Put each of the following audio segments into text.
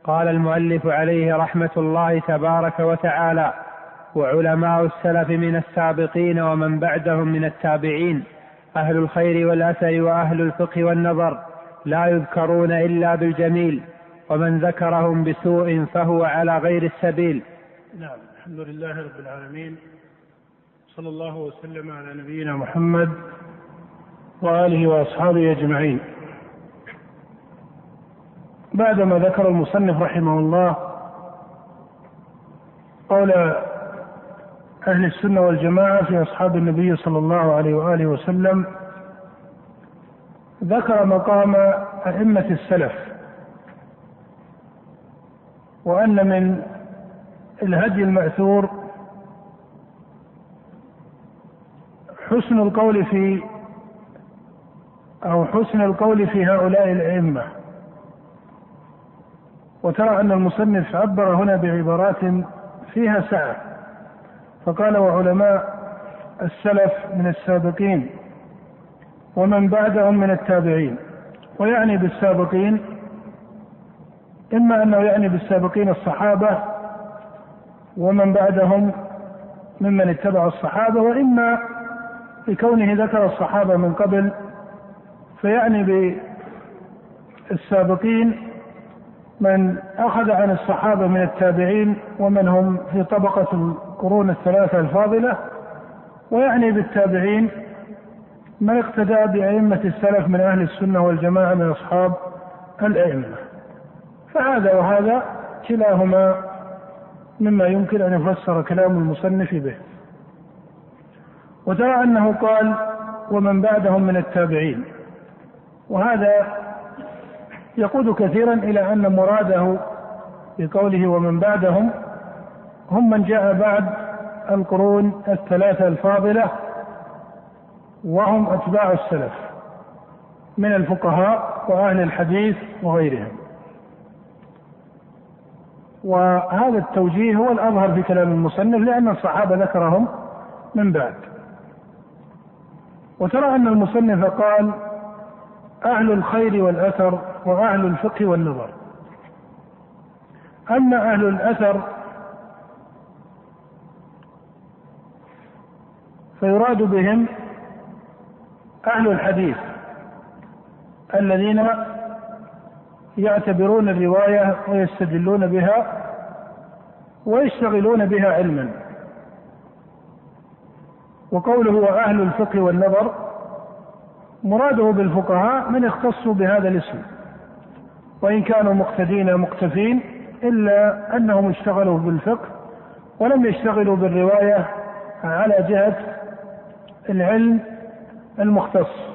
قال المؤلف عليه رحمة الله تبارك وتعالى: وعلماء السلف من السابقين ومن بعدهم من التابعين أهل الخير والأثر وأهل الفقه والنظر لا يذكرون إلا بالجميل، ومن ذكرهم بسوء فهو على غير السبيل. نعم. الحمد لله رب العالمين، صلى الله وسلم على نبينا محمد وآله وأصحابه أجمعين. بعدما ذكر المصنف رحمه الله قول أهل السنة والجماعة في أصحاب النبي صلى الله عليه وآله وسلم، ذكر مقام أئمة السلف، وأن من الهدي المأثور حسن القول في هؤلاء الأئمة. وترى أن المصنف عبر هنا بعبارات فيها سعة، فقال: وعلماء السلف من السابقين ومن بعدهم من التابعين. ويعني بالسابقين إما أنه يعني بالسابقين الصحابة ومن بعدهم ممن اتبع الصحابة، وإما لكونه ذكر الصحابة من قبل فيعني بالسابقين من أخذ عن الصحابة من التابعين ومن هم في طبقة القرون الثلاثة الفاضلة، ويعني بالتابعين من اقتدى بأئمة السلف من أهل السنة والجماعة من أصحاب الأئمة. فهذا وهذا كلاهما مما يمكن أن يفسر كلام المصنف به. وترى أنه قال: ومن بعدهم من التابعين، وهذا يقود كثيرا إلى أن مراده بقوله ومن بعدهم هم من جاء بعد القرون الثلاثة الفاضلة، وهم أتباع السلف من الفقهاء وأهل الحديث وغيرهم. وهذا التوجيه هو الأظهر في كلام المصنف، لأن الصحابة ذكرهم من بعد. وترى أن المصنف قال: أهل الخير والأثر وأهل الفقه والنظر. أما أهل الأثر فيراد بهم أهل الحديث الذين يعتبرون الرواية ويستدلون بها ويشتغلون بها علما. وقوله وأهل الفقه والنظر مراده بالفقهاء من اختصوا بهذا الاسم، وإن كانوا مقتدين مقتفين، إلا أنهم اشتغلوا بالفقه ولم يشتغلوا بالرواية على جهة العلم المختص.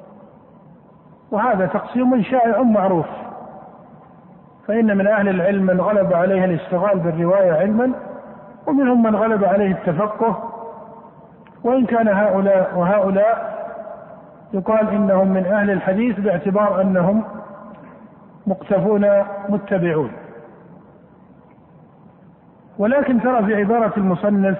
وهذا تقسيم شائع معروف، فإن من أهل العلم من غلب عليه الاشتغال بالرواية علما، ومنهم من غلب عليه التفقه. وإن كان هؤلاء وهؤلاء يقال إنهم من أهل الحديث باعتبار أنهم مقتفون متبعون. ولكن ترى في عبارة المصنف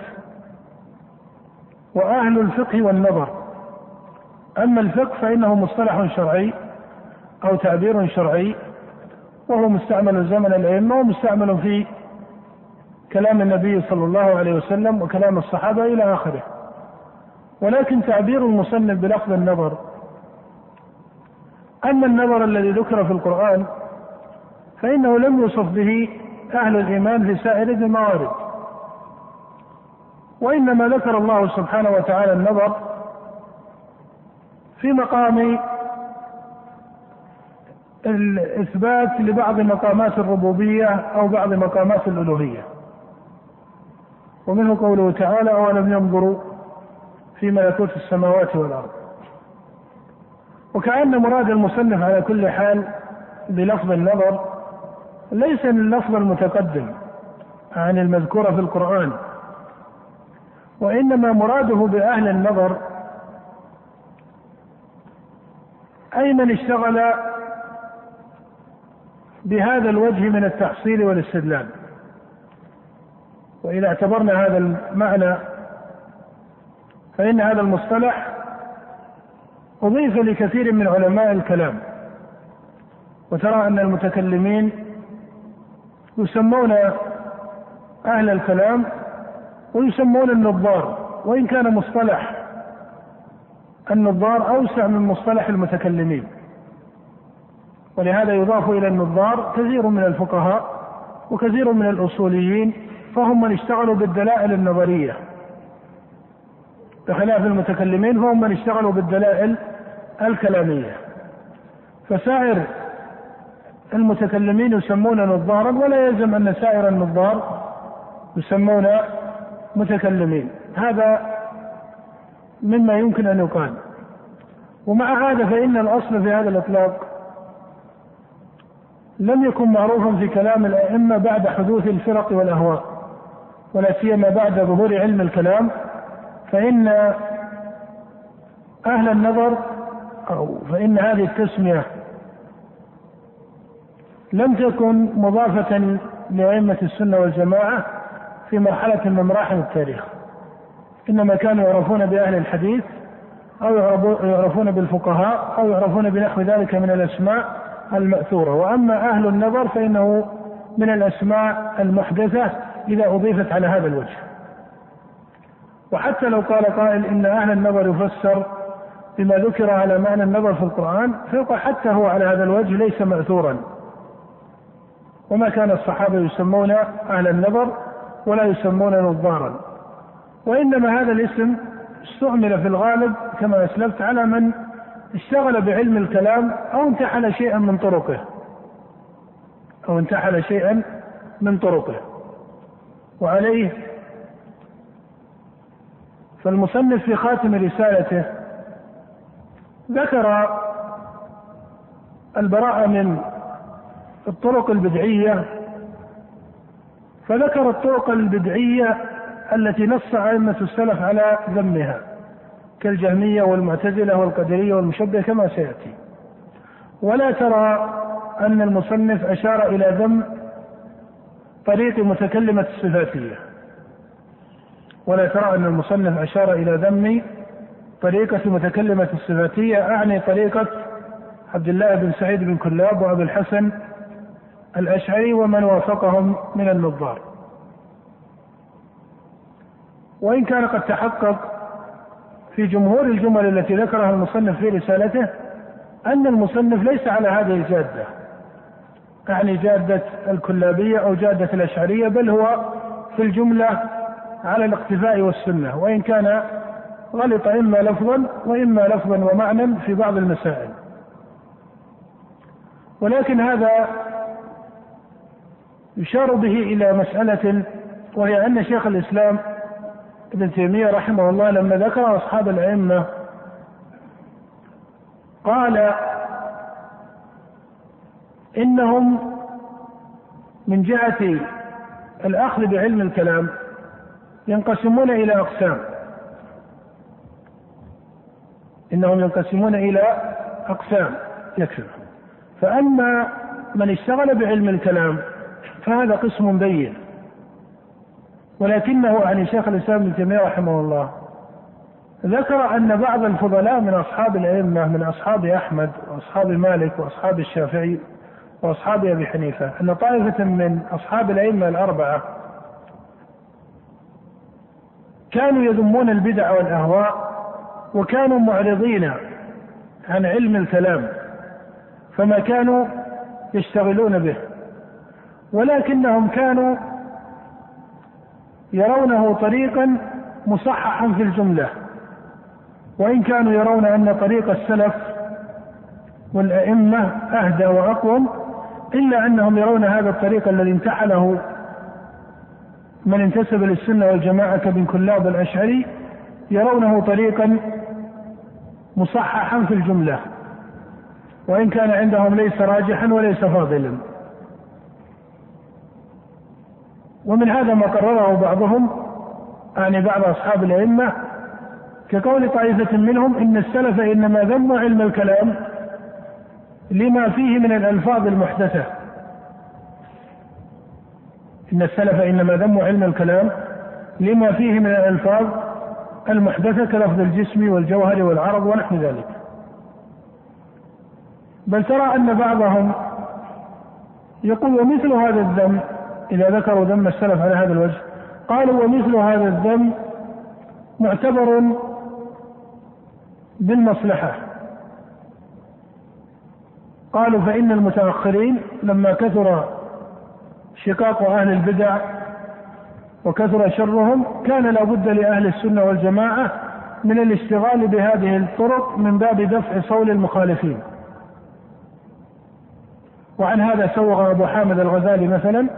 وأهل الفقه والنظر. أما الفقه فإنه مصطلح شرعي أو تعبير شرعي، وهو مستعمل زمن الأئمة ومستعمل في كلام النبي صلى الله عليه وسلم وكلام الصحابة إلى آخره. ولكن تعبير المصنف بلفظ النظر، أما النظر الذي ذكر في القرآن فإنه لم يوصف به أهل الإيمان في سائر الموارد، وإنما ذكر الله سبحانه وتعالى النظر في مقام الإثبات لبعض مقامات الربوبية أو بعض مقامات الألوهية. ومنه قوله تعالى: أولم ينظروا في ملكوت السماوات والأرض. وكأن مراد المصنف على كل حال بلفظ النظر ليس اللفظ المتقدم عن المذكورة في القرآن، وإنما مراده بأهل النظر أي من اشتغل بهذا الوجه من التحصيل والاستدلال. وإذا اعتبرنا هذا المعنى فإن هذا المصطلح أضيف لكثير من علماء الكلام. وترى أن المتكلمين يسمون أهل الكلام ويسمون النظار، وإن كان مصطلح النظار أوسع من مصطلح المتكلمين، ولهذا يضاف إلى النظار كثير من الفقهاء وكثير من الأصوليين، فهم من اشتغلوا بالدلائل النظرية، بخلاف المتكلمين فهم من اشتغلوا بالدلائل الكلامية. فسائر المتكلمين يسمون نظارا، ولا يلزم أن سائر النظار يسمون متكلمين، هذا مما يمكن أن يقال. ومع هذا فإن الأصل في هذا الإطلاق لم يكن معروفا في كلام الأئمة بعد حدوث الفرق والأهواء، ولا سيما بعد ظهور علم الكلام، فإن أهل النظر فإن هذه التسمية لم تكن مضافة لأئمة السنة والجماعة في مرحلة من مراحل التاريخ، إنما كانوا يعرفون بأهل الحديث أو يعرفون بالفقهاء أو يعرفون بنحو ذلك من الأسماء المأثورة. وأما أهل النظر فإنه من الأسماء المحدثة إذا أضيفت على هذا الوجه. وحتى لو قال قائل إن أهل النظر يفسر بما ذكر على معنى النظر في القرآن، فيقول حتى هو على هذا الوجه ليس مأثورا، وما كان الصحابة يسمون أهل النظر ولا يسمون نظارا، وإنما هذا الاسم استعمل في الغالب كما أسلفت على من اشتغل بعلم الكلام أو انتحل شيئا من طرقه وعليه فالمصنف في خاتم رسالته ذكر البراءة من الطرق البدعية، فذكر الطرق البدعية التي نص أئمة السلف على ذمها كالجهمية والمعتزلة والقدرية والمشبهة كما سيأتي. ولا ترى أن المصنف أشار إلى ذم طريق متكلمة الصفاتية، ولا ترى أن المصنف أشار إلى ذم طريقة متكلمة الصفاتية، أعني طريقة عبد الله بن سعيد بن كلاب وأبي الحسن الأشعري ومن وافقهم من النظار. وإن كان قد تحقق في جمهور الجمل التي ذكرها المصنف في رسالته أن المصنف ليس على هذه الجادة، يعني جادة الكلابية أو جادة الأشعرية، بل هو في الجملة على الاقتفاء والسنة، وإن كان غلط إما لفظا وإما لفظا ومعنى في بعض المسائل. ولكن هذا يشار به إلى مسألة، وهي أن شيخ الإسلام ابن تيمية رحمه الله لما ذكر أصحاب الأئمة قال إنهم من جهة الأخذ بعلم الكلام ينقسمون إلى أقسام، يكفي. فأما من اشتغل بعلم الكلام فهذا قسم بين، ولكنه عن شيخ الإسلام ابن تيمية رحمه الله ذكر أن بعض الفضلاء من أصحاب الأئمة من أصحاب أحمد وأصحاب مالك وأصحاب الشافعي وأصحاب أبي حنيفة، أن طائفة من أصحاب الأئمة الأربعة كانوا يذمون البدع والأهواء وكانوا معرضين عن علم الكلام فما كانوا يشتغلون به، ولكنهم كانوا يرونه طريقا مصححا في الجملة، وإن كانوا يرون أن طريق السلف والأئمة أهدى وأقوم، إلا أنهم يرون هذا الطريق الذي انتحله من انتسب للسنة والجماعة كابن كلاب الأشعري يرونه طريقا مصححا في الجملة، وإن كان عندهم ليس راجحا وليس فاضلا. ومن هذا ما قرره بعضهم، يعني بعض أصحاب الأئمة، كقول طائفة منهم إن السلف إنما ذموا علم الكلام لما فيه من الألفاظ المحدثة، إن السلف إنما ذموا علم الكلام لما فيه من الألفاظ المحدثة كلفظ الجسم والجوهر والعرض ونحو ذلك. بل ترى أن بعضهم يقول ومثل هذا الذم إذا ذكروا ذم السلف على هذا الوجه. قالوا ومثل هذا الذم معتبر بالمصلحة. قالوا فإن المتأخرين لما كثر شقاق أهل البدع وكثر شرهم كان لا بد لأهل السنة والجماعة من الاشتغال بهذه الطرق من باب دفع صول المخالفين. وعن هذا سوغ أبو حامد الغزالي مثلا،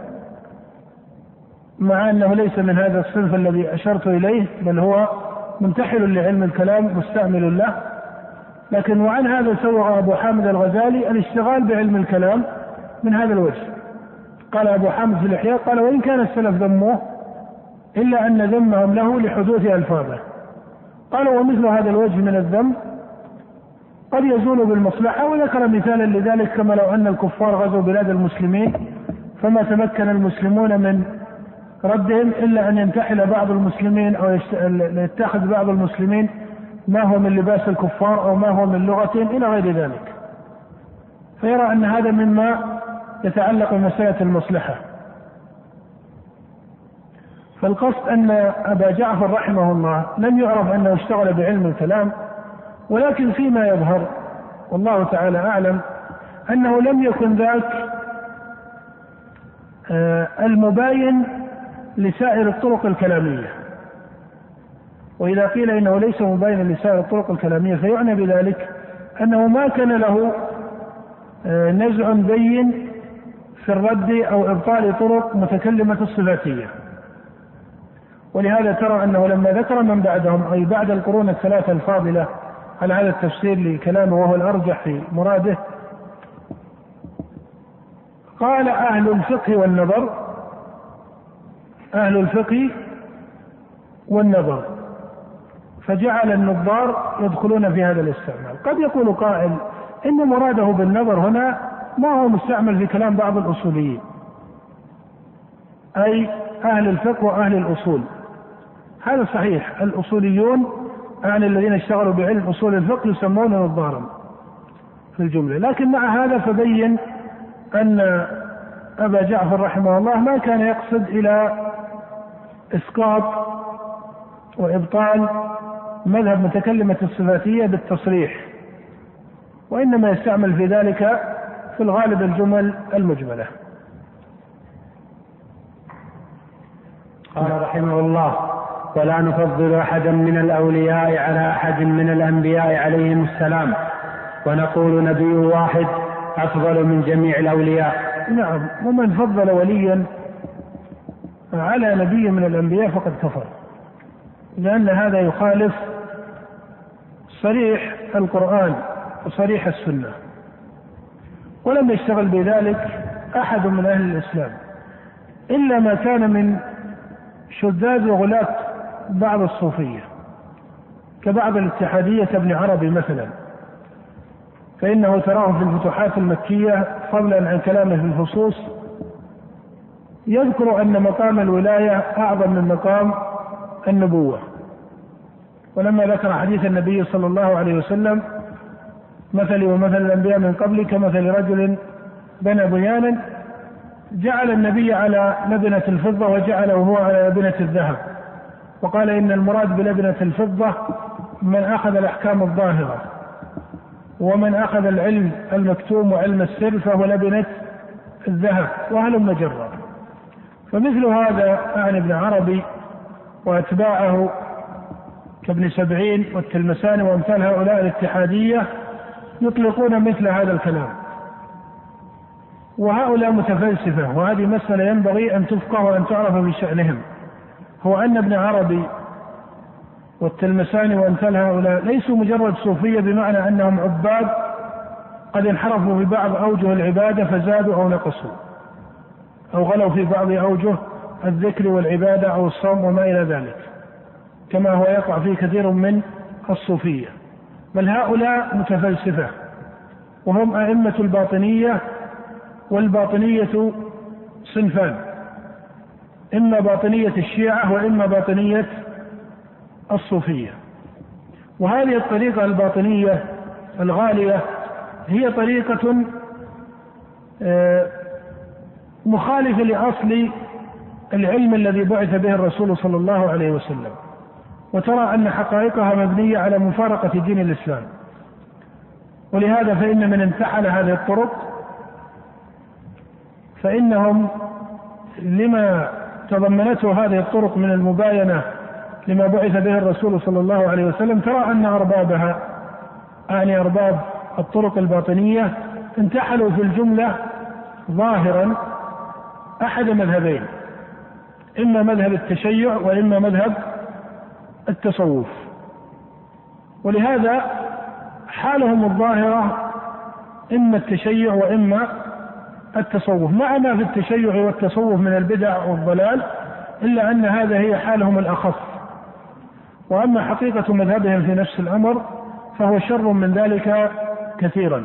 مع أنه ليس من هذا الصنف الذي أشرت إليه بل هو منتحل لعلم الكلام مستعمل له، لكن وعن هذا سوغ أبو حامد الغزالي الاشتغال بعلم الكلام من هذا الوجه. قال أبو حامد في الإحياء قال وإن كان السلف ذموه إلا أن ذمهم له لحدوث ألفاظه. قالوا ومثل هذا الوجه من الذم قد يزول بالمصلحة، وذكر مثالا لذلك كما لو أن الكفار غزوا بلاد المسلمين فما تمكن المسلمون من ردهم إلا أن ينتحل بعض المسلمين أو يتخذ بعض المسلمين ما هو من لباس الكفار أو ما هو من لغتهم إلى غير ذلك، فيرى أن هذا مما يتعلق بمسألة المصلحة. فالقصد أن أبا جعفر رحمه الله لم يعرف أنه اشتغل بعلم الكلام، ولكن فيما يظهر والله تعالى أعلم أنه لم يكن ذاك المباين لسائر الطرق الكلامية. وإذا قيل إنه ليس مباينا لسائر الطرق الكلامية فيعنى بذلك أنه ما كان له نزع بين في الرد أو إبطال طرق متكلمة الصفاتية. ولهذا ترى أنه لما ذكر من بعدهم أي بعد القرون الثلاثة الفاضلة على هذا التفسير لكلامه وهو الأرجح في مراده، قال أهل الفقه والنظر، أهل الفقه والنظر، فجعل النظار يدخلون في هذا الاستعمال. قد يقول قائل إن مراده بالنظر هنا ما هو مستعمل في كلام بعض الأصوليين، أي أهل الفقه وأهل الأصول. هذا صحيح، الأصوليون يعني الذين اشتغلوا بعلم أصول الفقه يسمون نظارا في الجملة، لكن مع هذا فبين أن أبا جعفر رحمه الله ما كان يقصد إلى إسقاط وإبطال مذهب متكلمة الصفاتية بالتصريح، وإنما يستعمل في ذلك في الغالب الجمل المجملة. قال رحمه الله ولا نفضل أحدا من الأولياء على أحد من الأنبياء عليهم السلام، ونقول نبي واحد أفضل من جميع الأولياء. نعم، ومن فضل وليا على نبي من الأنبياء فقد كفر، لأن هذا يخالف صريح القرآن وصريح السنة، ولم يشتغل بذلك أحد من أهل الإسلام إلا ما كان من شذاذ وغلاة بعض الصوفية كبعض الاتحادية ابن عربي مثلا، فإنه تراه في الفتوحات المكية فضلا عن كلامه في الفصوص يذكر أن مقام الولاية أعظم من مقام النبوة. ولما ذكر حديث النبي صلى الله عليه وسلم مثلي ومثل الأنبياء من قبل كمثل رجل بنى بنيانا جعل النبي على لبنة الفضة وجعله هو على لبنة الذهب، وقال إن المراد بلبنة الفضة من أخذ الأحكام الظاهرة، ومن أخذ العلم المكتوم وعلم السر فهو لبنة الذهب، وهلم جرا. فمثل هذا عن ابن عربي وأتباعه كابن سبعين والتلمساني وامثال هؤلاء الاتحادية يطلقون مثل هذا الكلام، وهؤلاء متفلسفة، وهذه مسألة ينبغي أن تفقه وأن تعرف بشأنهم. هو أن ابن عربي والتلمساني وامثال هؤلاء ليسوا مجرد صوفية بمعنى أنهم عباد قد انحرفوا في بعض أوجه العبادة فزادوا أو نقصوا أو غلوا في بعض أوجه الذكر والعبادة أو الصوم وما إلى ذلك كما هو يقع في كثير من الصوفية، بل هؤلاء متفلسفة وهم أئمة الباطنية. والباطنية صنفان، إما باطنية الشيعة وإما باطنية الصوفية. وهذه الطريقة الباطنية الغالية هي طريقة مخالفة لأصل العلم الذي بعث به الرسول صلى الله عليه وسلم، وترى أن حقائقها مبنية على مفارقة دين الإسلام. ولهذا فإن من انتحل هذه الطرق فإنهم لما تضمنته هذه الطرق من المباينة لما بعث به الرسول صلى الله عليه وسلم، ترى أن أربابها يعني أرباب الطرق الباطنية انتحلوا في الجملة ظاهرا أحد مذهبين، إما مذهب التشيع وإما مذهب التصوف. ولهذا حالهم الظاهرة إما التشيع وإما التصوف، مع ما في التشيع والتصوف من البدع والضلال، إلا أن هذا هي حالهم الأخف. وأما حقيقة مذهبهم في نفس الأمر فهو شر من ذلك كثيرا.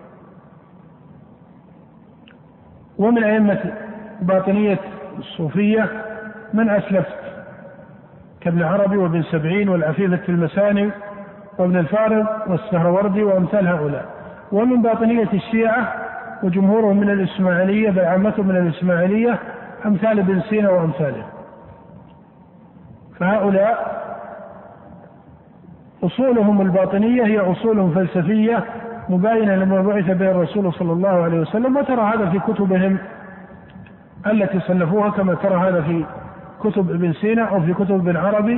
ومن أئمة باطنية الصوفية من أسلفت كابن عربي وابن سبعين والعفيفة المساني وابن الفارض والسهروردي وأمثال هؤلاء. ومن باطنية الشيعة وجمهورهم من الإسماعيلية بل عامتهم من الإسماعيلية أمثال ابن سينا وأمثاله. فهؤلاء أصولهم الباطنية هي أصول فلسفية مباينة لما بعث به الرسول صلى الله عليه وسلم، وترى هذا في كتبهم التي صنفوها كما ترى هذا في كتب ابن سينا أو في كتب ابن عربي.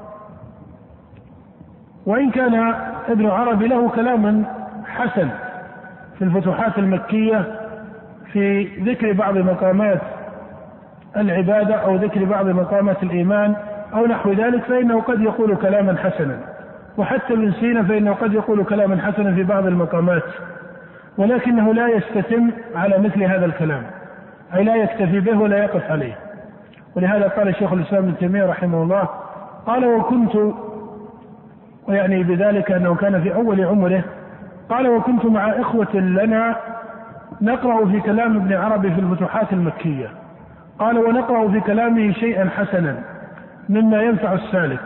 وإن كان ابن عربي له كلام حسن في الفتوحات المكية في ذكر بعض مقامات العبادة أو ذكر بعض مقامات الإيمان أو نحو ذلك، فإنه قد يقول كلاما حسنا. وحتى ابن سينا فإنه قد يقول كلاما حسنا في بعض المقامات، ولكنه لا يستتم على مثل هذا الكلام، أي لا يكتفي به ولا يقف عليه. ولهذا قال شيخ الإسلام ابن تيمية رحمه الله قال وكنت، ويعني بذلك أنه كان في أول عمره، قال وكنت مع إخوة لنا نقرأ في كلام ابن عربي في الفتوحات المكية، قال ونقرأ في كلامه شيئا حسنا مما ينفع السالك،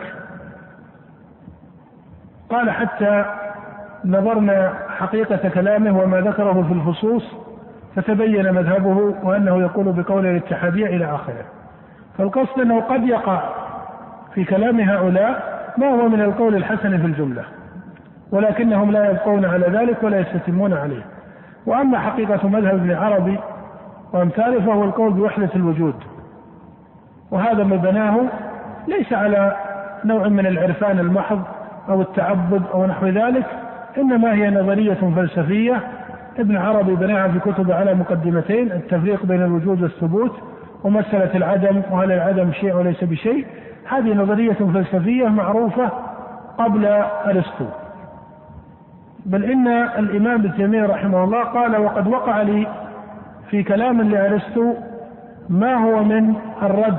قال حتى نظرنا حقيقة كلامه وما ذكره في الفصوص فتبين مذهبه وأنه يقول بقول الاتحادية إلى آخره. فالقصد أنه قد يقع في كلام هؤلاء ما هو من القول الحسن في الجملة، ولكنهم لا يبقون على ذلك ولا يستتمون عليه. وأما حقيقة مذهب ابن عربي وأمثاله فهو القول بوحدة الوجود، وهذا ما بناه ليس على نوع من العرفان المحض أو التعبد أو نحو ذلك، إنما هي نظرية فلسفية ابن عربي بناها في كتب على مقدمتين: التفريق بين الوجود والثبوت، ومسألة العدم وهل العدم شيء وليس بشيء. هذه نظرية فلسفية معروفة قبل أرسطو، بل إن الإمام ابن تيمية رحمه الله قال وقد وقع لي في كلام لأرسطو ما هو من الرد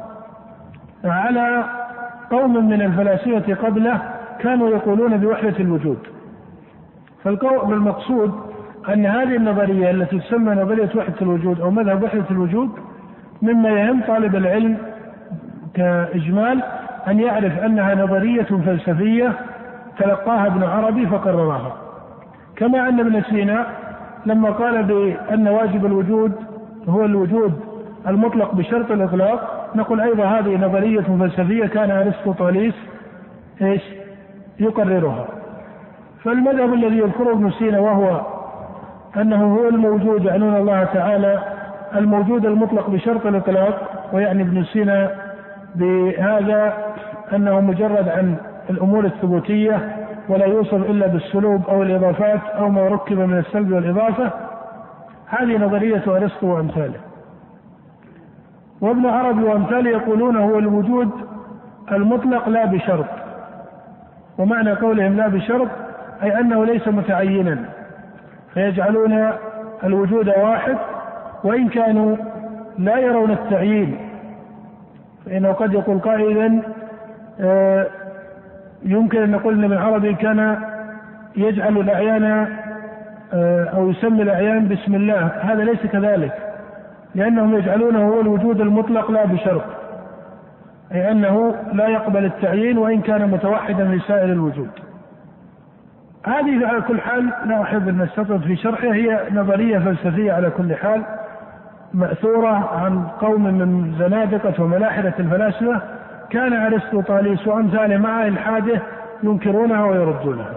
على قوم من الفلاسفة قبله كانوا يقولون بوحدة الوجود. فالمقصود أن هذه النظرية التي تسمى نظرية وحدة الوجود أو مذهب وحدة الوجود مما يهم طالب العلم كإجمال أن يعرف أنها نظرية فلسفية تلقاها ابن عربي فقررها، كما أن ابن سينا لما قال بأن واجب الوجود هو الوجود المطلق بشرط الإطلاق، نقول أيضا هذه نظرية فلسفية كان أرسطوطاليس يقررها. فالمذهب الذي يذكره ابن سينا وهو أنه هو الموجود، يعنون الله تعالى الموجود المطلق بشرط الإطلاق، ويعني ابن سينا بهذا أنه مجرد عن الأمور الثبوتية ولا يوصف إلا بالسلوب أو الإضافات أو ما ركب من السلب والإضافة. هذه نظرية أرسطو وأمثاله. وابن عربي وأمثاله يقولون هو الوجود المطلق لا بشرط، ومعنى قولهم لا بشرط أي أنه ليس متعينا، فيجعلون الوجود واحد وإن كانوا لا يرون التعيين. فإنه قد يقول قائلا يمكن أن نقول أن ابن عربي كان يجعل الأعيان أو يسمي الأعيان باسم الله، هذا ليس كذلك، لأنهم يجعلونه هو الوجود المطلق لا بشرط، أي أنه لا يقبل التعيين وإن كان متوحدا لسائر الوجود. هذه على كل حال لا أحب أن نستطرد في شرحها، هي نظرية فلسفية على كل حال، مأثورة عن قوم من زنادقة وملاحدة الفلاسفة كان أرسطو طاليس وأمثاله مع إلحاده ينكرونها ويردونها.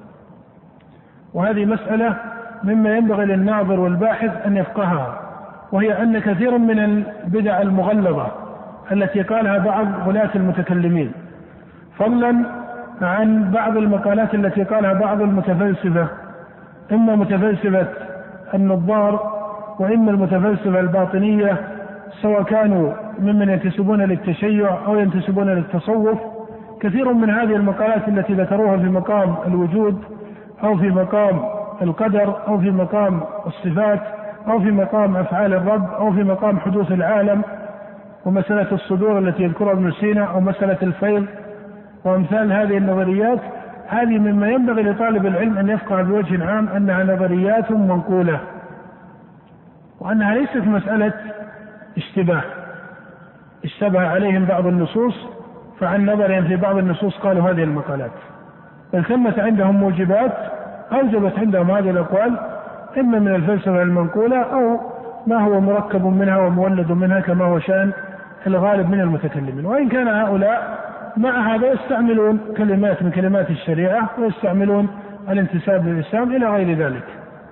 وهذه مسألة مما ينبغي للناظر والباحث أن يفقهها، وهي أن كثير من البدع المغلظة التي قالها بعض غلاة المتكلمين، فضلا عن بعض المقالات التي قالها بعض المتفلسفة، إما متفلسفة النظار وإما المتفلسفة الباطنية، سواء كانوا ممن ينتسبون للتشيع أو ينتسبون للتصوف، كثير من هذه المقالات التي ذكروها في مقام الوجود أو في مقام القدر أو في مقام الصفات أو في مقام أفعال الرب أو في مقام حدوث العالم، ومسألة الصدور التي يذكرها ابن سينا أو مسألة الفيض وأمثال هذه النظريات، هذه مما ينبغي لطالب العلم أن يفقه بوجه عام أنها نظريات منقولة، وأنها ليست مسألة اشتبه عليهم بعض النصوص فعن نظرهم في بعض النصوص قالوا هذه المقالات، بل ثمت عندهم موجبات أوجبت عندهم هذه الأقوال، إما من الفلسفة المنقولة أو ما هو مركب منها ومولد منها كما هو شأن الغالب من المتكلمين. وإن كان هؤلاء مع هذا يستعملون كلمات من كلمات الشريعة ويستعملون الانتساب للإسلام إلى غير ذلك.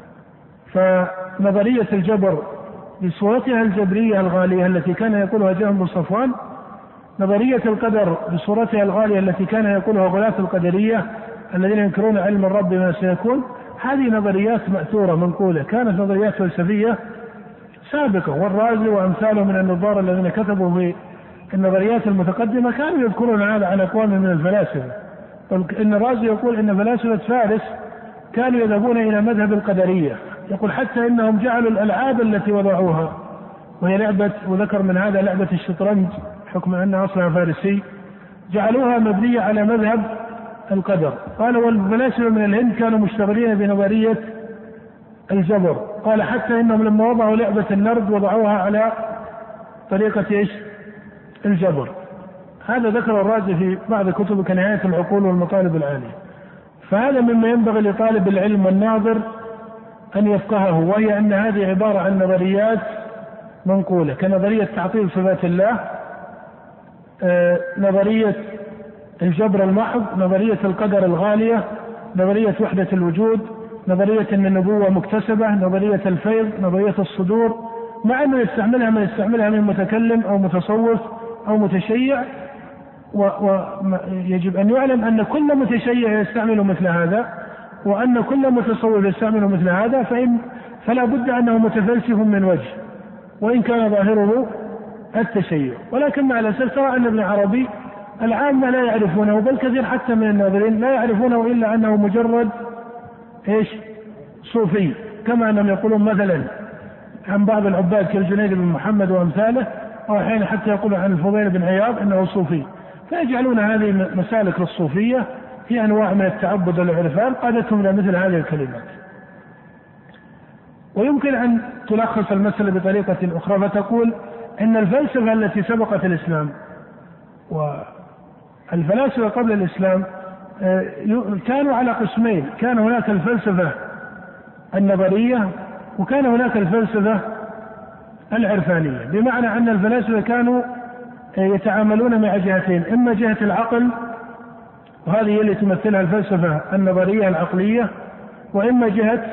فنظرية الجبر بصورتها الجبرية الغالية التي كان يقولها جهم بن صفوان، نظرية القدر بصورتها الغالية التي كان يقولها غلاة القدرية الذين ينكرون علم الرب بما سيكون، هذه نظريات مأثورة منقولة، كانت نظريات فلسفية سابقة، والرازي وأمثاله من النظار الذين كتبوا في النظريات المتقدمة كانوا يذكرون هذا عن أقوام من الفلاسفة. إن الرازي يقول إن فلاسفة فارس كانوا يذهبون إلى مذهب القدرية، يقول حتى إنهم جعلوا الألعاب التي وضعوها، وهي لعبة، وذكر من هذا لعبة الشطرنج حكم أنها أصلها فارسي، جعلوها مبنية على مذهب القدر. قال والفلاسفة من الهند كانوا مشتغلين بنظرية الجبر، قال حتى إنهم لما وضعوا لعبة النرد وضعوها على طريقة الجبر. هذا ذكر الرازي في بعض كتبه كنهاية العقول والمطالب العالية. فهذا مما ينبغي لطالب العلم والناظر أن يفقهه، وهي أن هذه عبارة عن نظريات منقولة، كنظرية تعطيل صفات الله، نظرية الجبر المحض، نظرية القدر الغالية، نظرية وحدة الوجود، نظرية أن النبوة مكتسبة، نظرية الفيض، نظرية الصدور، مع أنه يستعملها من متكلم أو متصوف أو متشيع. ويجب أن يعلم أن كل متشيع يستعمل مثل هذا، وأن كل متصوف يستعمل مثل هذا، فلا بد أنه متفلسف من وجه وإن كان ظاهره التشيع. ولكن مع الأسف ترى أن ابن عربي العامة لا يعرفونه، بل كثير حتى من الناظرين لا يعرفونه إلا أنه مجرد صوفي، كما أنهم يقولون مثلا عن بعض العباد كالجنيد بن محمد وأمثاله، أو أحيانا حتى يقولون عن الفضيل بن عياض أنه صوفي، فيجعلون هذه مسالك للصوفية هي أنواع من التعبد والعرفان قادتهم إلى مثل هذه الكلمات. ويمكن أن تلخص المسألة بطريقة أخرى فتقول إن الفلسفة التي سبقت الإسلام والفلاسفة قبل الإسلام كانوا على قسمين، كان هناك الفلسفة النظرية وكان هناك الفلسفة العرفانية، بمعنى أن الفلاسفة كانوا يتعاملون مع جهتين، إما جهة العقل وهذه هي اللي تمثلها الفلسفة النظرية العقلية، وإما جهة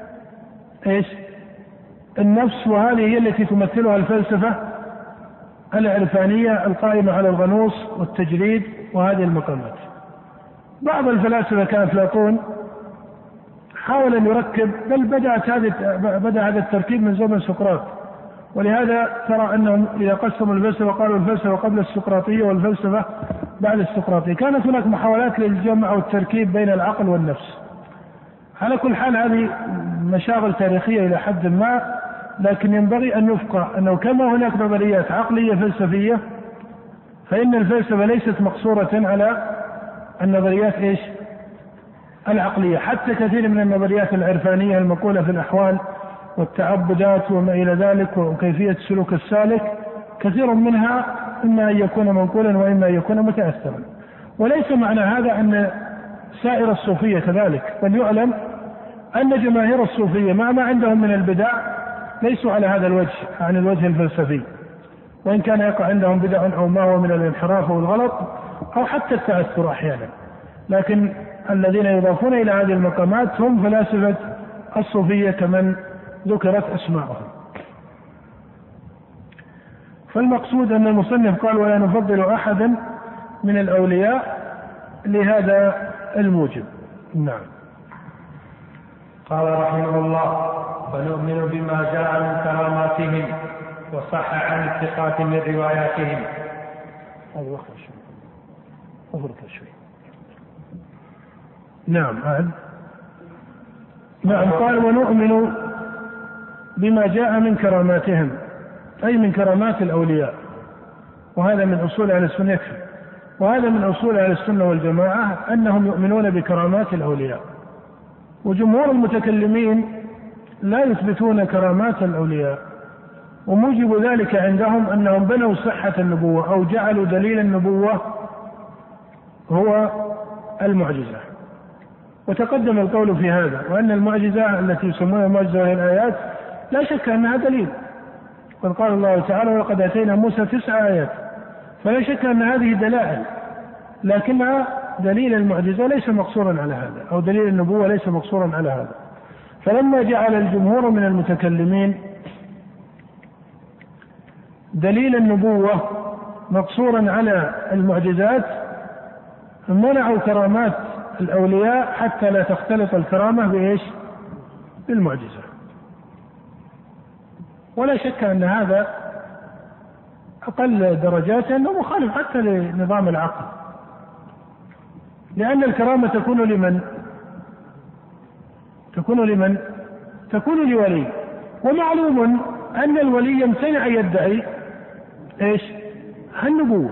النفس وهذه هي التي تمثلها الفلسفة العرفانية القائمة على الغنوص والتجريد وهذه المقامات. بعض الفلاسفة كأفلاطون حاول أن يركب، بل بدأ هذا التركيب من زمن سقراط، ولهذا ترى أنهم إذا قسموا الفلسفة قالوا الفلسفة قبل السقراطية والفلسفة بعد السقراطية. كانت هناك محاولات للجمع والتركيب بين العقل والنفس. على كل حال هذه مشاغل تاريخية إلى حد ما، لكن ينبغي أن يفقه أنه كما هناك نظريات عقلية فلسفية، فإن الفلسفة ليست مقصورة على النظريات العقلية. حتى كثير من النظريات العرفانية المقولة في الأحوال والتعبدات وما إلى ذلك وكيفية سلوك السالك، كثير منها إما أن يكون منقولا وإما أن يكون متأثرا. وليس معنى هذا أن سائر الصوفية كذلك، بل يعلم أن جماهير الصوفية مع ما عندهم من البدع ليسوا على هذا الوجه، عن الوجه الفلسفي، وإن كان يقع عندهم بدع أو ما هو من الانحراف والغلط أو حتى التأثر أحيانا، لكن الذين يضافون إلى هذه المقامات هم فلاسفة الصوفية كمن ذكرت أسماءهم. فالمقصود أن المصنف قال: ولا نفضل أحدا من الأولياء لهذا الموجب. نعم. قال رحمه الله: ونؤمن بما جاء من كراماتهم وصح عن الثقات من رواياتهم. نعم. نعم. قال: ونؤمن بما جاء من كراماتهم، أي من كرامات الأولياء، وهذا من أصول أهل السنة، وهذا من أصول أهل السنة والجماعة أنهم يؤمنون بكرامات الأولياء. وجمهور المتكلمين لا يثبتون كرامات الأولياء، وموجب ذلك عندهم أنهم بنوا صحة النبوة أو جعلوا دليل النبوة هو المعجزة. وتقدم القول في هذا، وأن المعجزة التي يسمونها معجزة وهي الآيات لا شك أنها دليل، قد قال الله تعالى: ولقد آتينا موسى 9 آيات، فلا شك أن هذه دلائل، لكن دليل المعجزة ليس مقصورا على هذا، أو دليل النبوة ليس مقصورا على هذا. فلما جعل الجمهور من المتكلمين دليل النبوة مقصورا على المعجزات، منعوا كرامات الأولياء حتى لا تختلط الكرامة بإيش؟ بالمعجزة. ولا شك أن هذا أقل درجات، أنه مخالف حتى لنظام العقل، لأن الكرامة تكون لمن؟ تكون لولي، ومعلوم أن الولي يمتنع يدعي إيش؟ النبوة.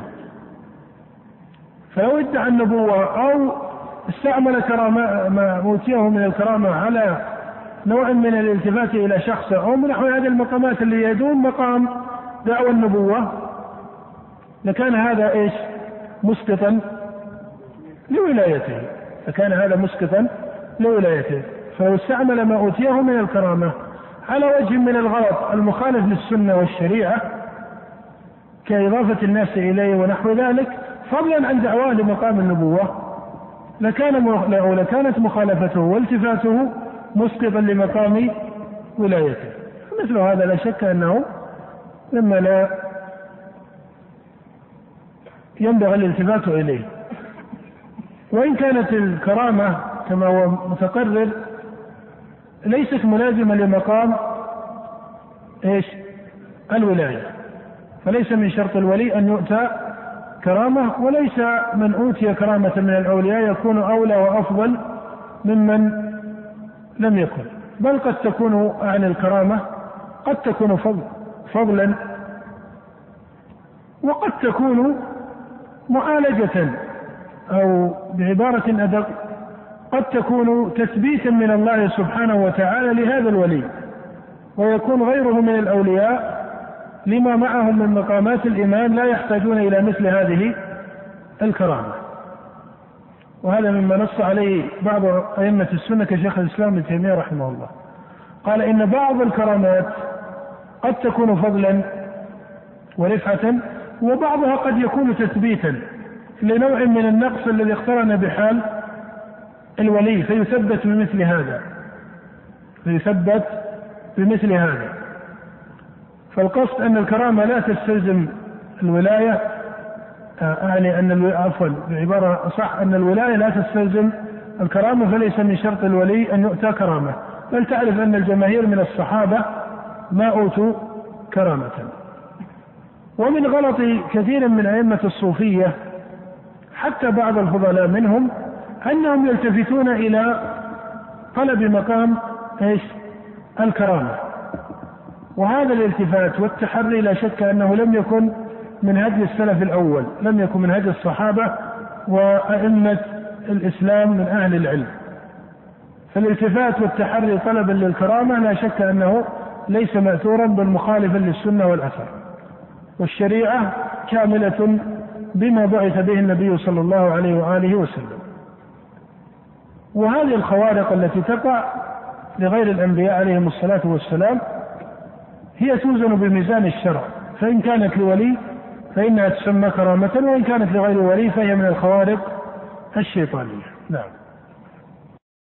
فلو ادعى النبوة أو استعمل كرامة ما أوتيه من الكرامة على نوع من الالتفات إلى شخص أو من نحو هذه المقامات اللي يدون مقام دعوى النبوة، لكان هذا إيش؟ مسقطا لولايته، فكان هذا مسقطا لولايته. فلو استعمل ما أوتيه من الكرامة على وجه من الغلط المخالف للسنة والشريعة كإضافة الناس إليه ونحو ذلك، فضلا عن دعواه لمقام النبوة، لكانت مخالفته والتفاته مسقطا لمقام ولايته. مثل هذا لا شك أنه مما لا ينبغي الالتفات إليه. وإن كانت الكرامة كما هو متقرر ليست ملازمة لمقام إيش؟ الولاية، فليس من شرط الولي أن يؤتى كرامة، وليس من أوتي كرامة من الأولياء يكون أولى وأفضل ممن لم يكن، بل قد تكون عن الكرامة قد تكون فضلا، وقد تكون معالجة، أو بعبارة أدق قد تكون تثبيتا من الله سبحانه وتعالى لهذا الولي، ويكون غيره من الأولياء لما معهم من مقامات الإيمان لا يحتاجون إلى مثل هذه الكرامة. وهذا مما نص عليه بعض أئمة السنة كشيخ الإسلام ابن تيمية رحمه الله، قال إن بعض الكرامات قد تكون فضلا ورفعة، وبعضها قد يكون تثبيتا لنوع من النقص الذي اقترن بحال الولي، فيثبت بمثل هذا. فالقصد أن الكرامة لا تستلزم الولاية، أعني أن بعبارة صح أن الولاية لا تستلزم الكرامة، فليس من شرط الولي أن يؤتى كرامة، بل تعرف أن الجماهير من الصحابة ما أوتوا كرامة. ومن غلط كثير من أئمة الصوفية حتى بعض الفضلاء منهم أنهم يلتفتون إلى طلب مقام إيش؟ الكرامة. وهذا الالتفات والتحري لا شك أنه لم يكن من هدي السلف الأول، لم يكن من هدي الصحابة وأئمة الإسلام من أهل العلم. فالالتفات والتحري طلبا للكرامة لا شك أنه ليس مأثورا بل مخالفا للسنة والأثر، والشريعة كاملة بما بعث به النبي صلى الله عليه وآله وسلم. وهذه الخوارق التي تقع لغير الأنبياء عليهم الصلاة والسلام هي توزن بميزان الشرع، فإن كانت لولي فإنها تسمى كرامة، وإن كانت لغير ولي فهي من الخوارق الشيطانية. نعم.